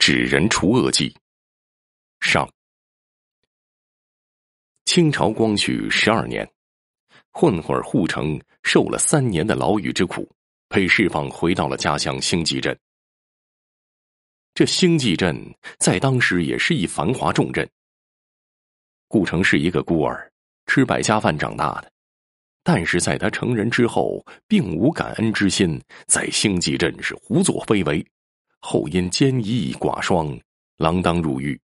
使人除恶计。上。清朝光绪12年，混混护成受了3年的牢狱之苦，被释放回到了家乡兴济镇。这兴济镇在当时也是一繁华重镇。顾城是一个孤儿，吃百家饭长大的，但是在他成人之后，并无感恩之心，在兴济镇是胡作非为，后因奸淫寡双，锒铛入狱。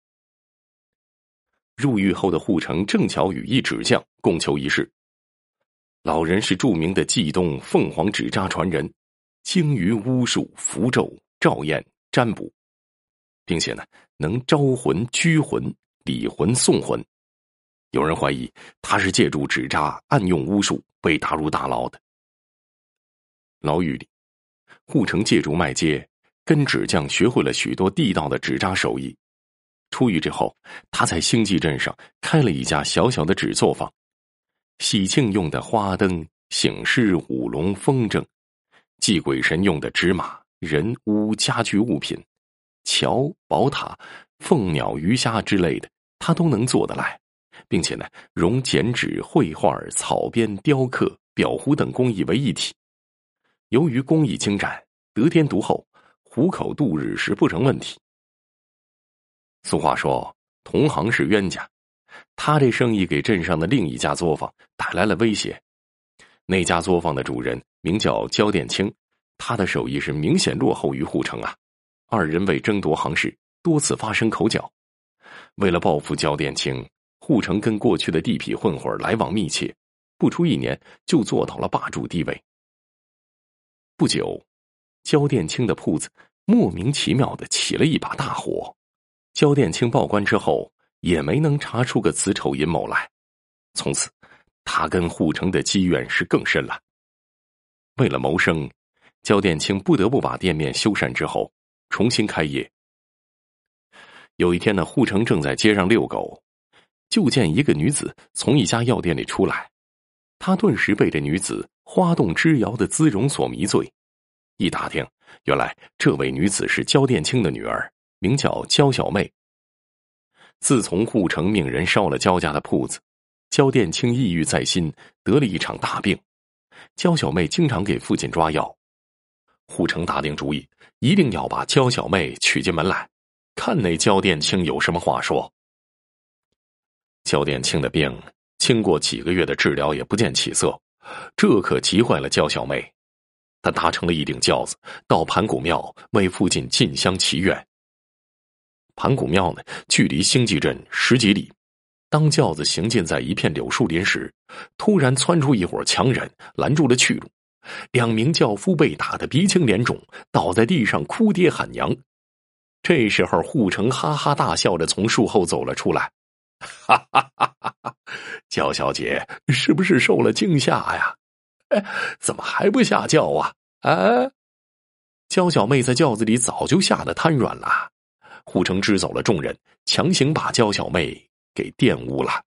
入狱后的护成正巧与一纸匠共求一事。老人是著名的冀东凤凰纸扎传人，精于巫术、符咒、照验、占卜，并且呢，能招魂、拘魂、理魂、送魂。有人怀疑他是借助纸扎暗用巫术被打入大牢的。牢狱里，护成借助卖街跟纸匠学会了许多地道的纸扎手艺。出狱之后，他在兴济镇上开了一家小小的纸作坊，喜庆用的花灯、醒狮、舞龙、风筝，祭鬼神用的纸马、人屋、家居物品、桥、宝塔、凤鸟、鱼虾之类的，他都能做得来，并且呢，融剪纸、绘画、草编、雕刻、裱糊等工艺为一体。由于工艺精湛，得天独厚，糊口度日是不成问题。俗话说，同行是冤家，他这生意给镇上的另一家作坊带来了威胁。那家作坊的主人名叫焦殿清，他的手艺是明显落后于护成啊。二人为争夺行市，多次发生口角。为了报复焦殿清，护成跟过去的地痞混混来往密切，不出1年就做到了霸主地位。不久，焦殿清的铺子莫名其妙地起了一把大火。焦殿清报官之后，也没能查出个子丑寅卯来。从此，他跟护成的积怨是更深了。为了谋生，焦殿清不得不把店面修缮之后，重新开业。有一天呢，护成正在街上遛狗，就见一个女子从一家药店里出来。他顿时被这女子花动枝摇的姿容所迷醉。一打听，原来这位女子是焦殿清的女儿，名叫焦小妹。自从护成命人烧了焦家的铺子，焦殿清抑郁在心，得了一场大病。焦小妹经常给父亲抓药。护成打定主意，一定要把焦小妹娶进门来，看那焦殿清有什么话说。焦殿清的病经过几个月的治疗也不见起色，这可急坏了焦小妹。他搭乘了一顶轿子，到盘古庙为父亲进香祈愿。盘古庙呢，距离兴济镇10几里。当轿子行进在一片柳树林时，突然窜出一伙强人，拦住了去路。2名轿夫被打得鼻青脸肿，倒在地上哭爹喊娘。这时候，护成哈哈大笑着从树后走了出来。哈哈哈哈！焦小姐是不是受了惊吓呀？怎么还不下轿啊？焦小妹在轿子里早就吓得瘫软了。护成支走了众人，强行把焦小妹给玷污了。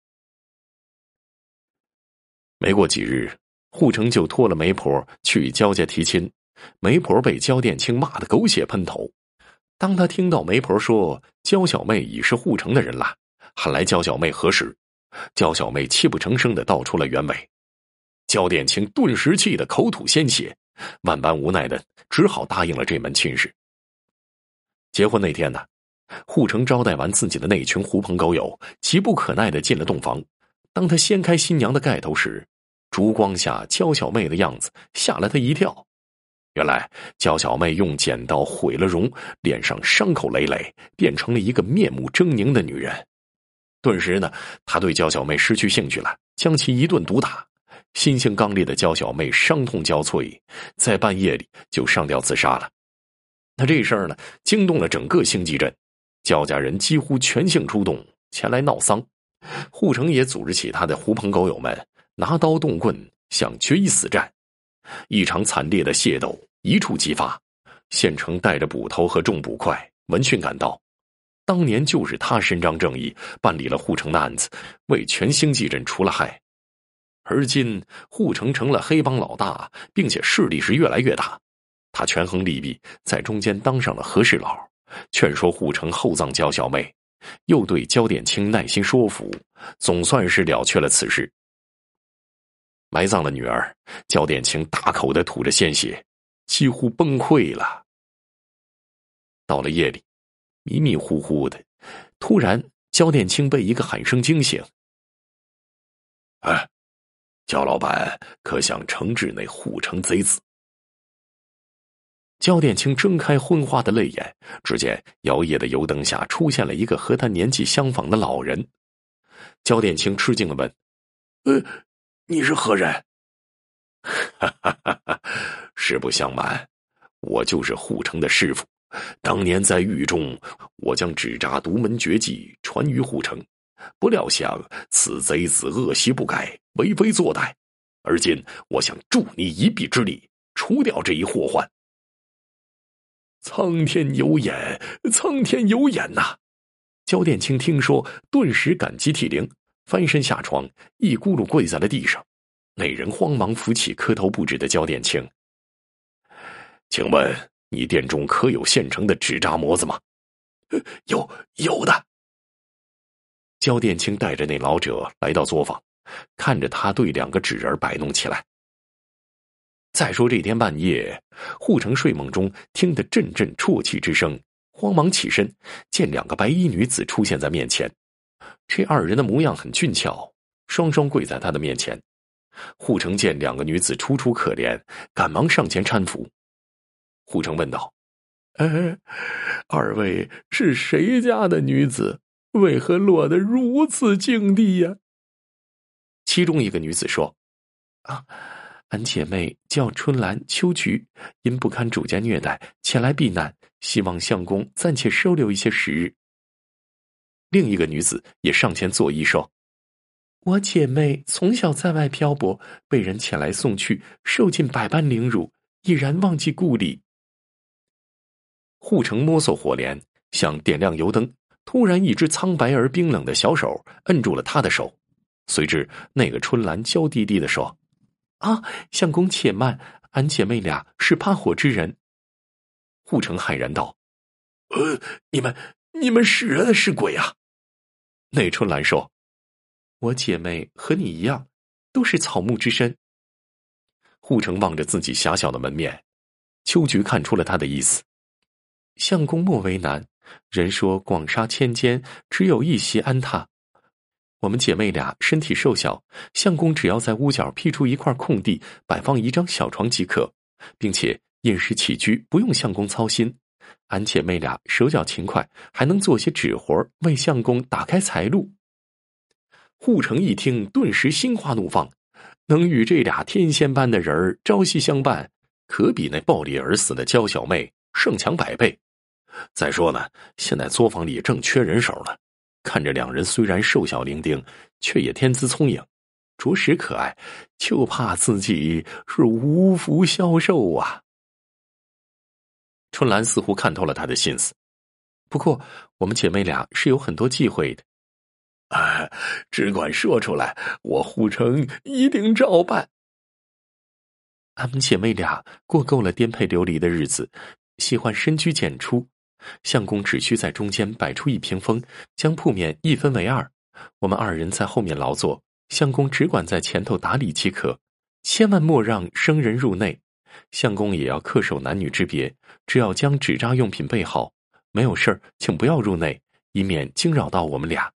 没过几日，护成就托了媒婆去焦家提亲。媒婆被焦殿清骂得狗血喷头。当他听到媒婆说焦小妹已是护成的人了，喊来焦小妹核实，焦小妹泣不成声地道出了原委。焦殿清顿时气得口吐鲜血，万般无奈的只好答应了这门亲事。结婚那天呢，护成招待完自己的那群狐朋狗友，急不可耐地进了洞房。当他掀开新娘的盖头时，烛光下焦小妹的样子吓了他一跳。原来焦小妹用剪刀毁了容，脸上伤口累累，变成了一个面目狰狞的女人。顿时呢，他对焦小妹失去兴趣了，将其一顿毒打。心性刚烈的焦小妹伤痛交瘁，在半夜里就上吊自杀了。那这事儿呢，惊动了整个兴济镇，焦家人几乎全性出动前来闹丧。护成也组织起他的狐朋狗友们，拿刀动棍想决一死战。一场惨烈的械斗一触即发。县城带着捕头和众捕快闻讯赶到，当年就是他伸张正义，办理了护成的案子，为全兴济镇除了害。而今护成成了黑帮老大，并且势力是越来越大。他权衡利弊，在中间当上了和事佬， 劝说护城厚葬焦小妹，又对焦殿清耐心说服，总算是了却了此事。埋葬了女儿，焦殿清大口地吐着鲜血，几乎崩溃了。到了夜里，迷迷糊糊的，突然焦殿清被一个喊声惊醒。焦老板可想惩治那护城贼子？焦殿清睁开昏花的泪眼，只见摇曳的油灯下出现了一个和他年纪相仿的老人。焦殿清吃惊地问：你是何人？实不相瞒，我就是护城的师傅。当年在狱中，我将纸扎独门绝技传于护城，不料想此贼子恶习不改，为非作歹，而今我想助你一臂之力，除掉这一祸患。苍天有眼，苍天有眼呐！焦殿清听说，顿时感激涕零，翻身下床，一咕噜跪在了地上。那人慌忙扶起磕头不止的焦殿清。请问你店中可有现成的纸扎模子吗？有的。焦殿清带着那老者来到作坊，看着他对2个纸人摆弄起来。再说这天半夜，护城睡梦中听得阵阵啜泣之声，慌忙起身，见2个白衣女子出现在面前。这2人的模样很俊俏，双双跪在他的面前。护城见2个女子楚楚可怜，赶忙上前搀扶。护城问道：二位是谁家的女子？为何落得如此境地呀？其中一个女子说：俺姐妹叫春兰、秋菊，因不堪主家虐待，前来避难，希望相公暂且收留一些时日。另一个女子也上前作揖说：我姐妹从小在外漂泊，被人前来送去，受尽百般凌辱，已然忘记故里。护城摸索火镰，想点亮油灯，突然一只苍白而冰冷的小手摁住了他的手。随之那个春兰娇滴滴地说：相公且慢，俺姐妹俩是怕火之人。护城骇然道：你们是人是鬼啊？那春兰说：我姐妹和你一样，都是草木之身。护城望着自己狭小的门面，秋菊看出了他的意思。相公莫为难，人说广沙千间，只有一席安榻。我们姐妹俩身体瘦小，相公只要在屋角辟出一块空地，摆放一张小床即可，并且饮食起居不用相公操心。俺姐妹俩手脚勤快，还能做些纸活，为相公打开财路。护城一听，顿时心花怒放，能与这俩天仙般的人儿朝夕相伴，可比那暴力而死的焦小妹胜强100倍。再说呢，现在作坊里正缺人手呢，看着2人虽然瘦小伶仃，却也天资聪颖，着实可爱，就怕自己是无福消受啊。春兰似乎看透了他的心思，不过我们姐妹俩是有很多忌讳的。只管说出来，我护城一定照办。俺们姐妹俩过够了颠沛流离的日子，喜欢深居简出。相公只需在中间摆出一屏风，将铺面一分为2，我们2人在后面劳作，相公只管在前头打理即可，千万莫让生人入内。相公也要恪守男女之别，只要将纸扎用品备好，没有事儿请不要入内，以免惊扰到我们俩。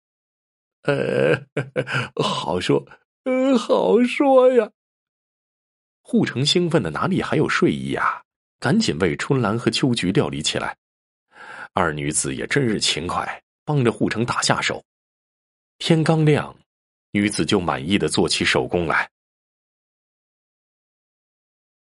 好说，好说呀。护城兴奋的哪里还有睡意啊，赶紧为春兰和秋菊料理起来。2女子也真是勤快，帮着护城打下手。天刚亮，女子就满意的做起手工来。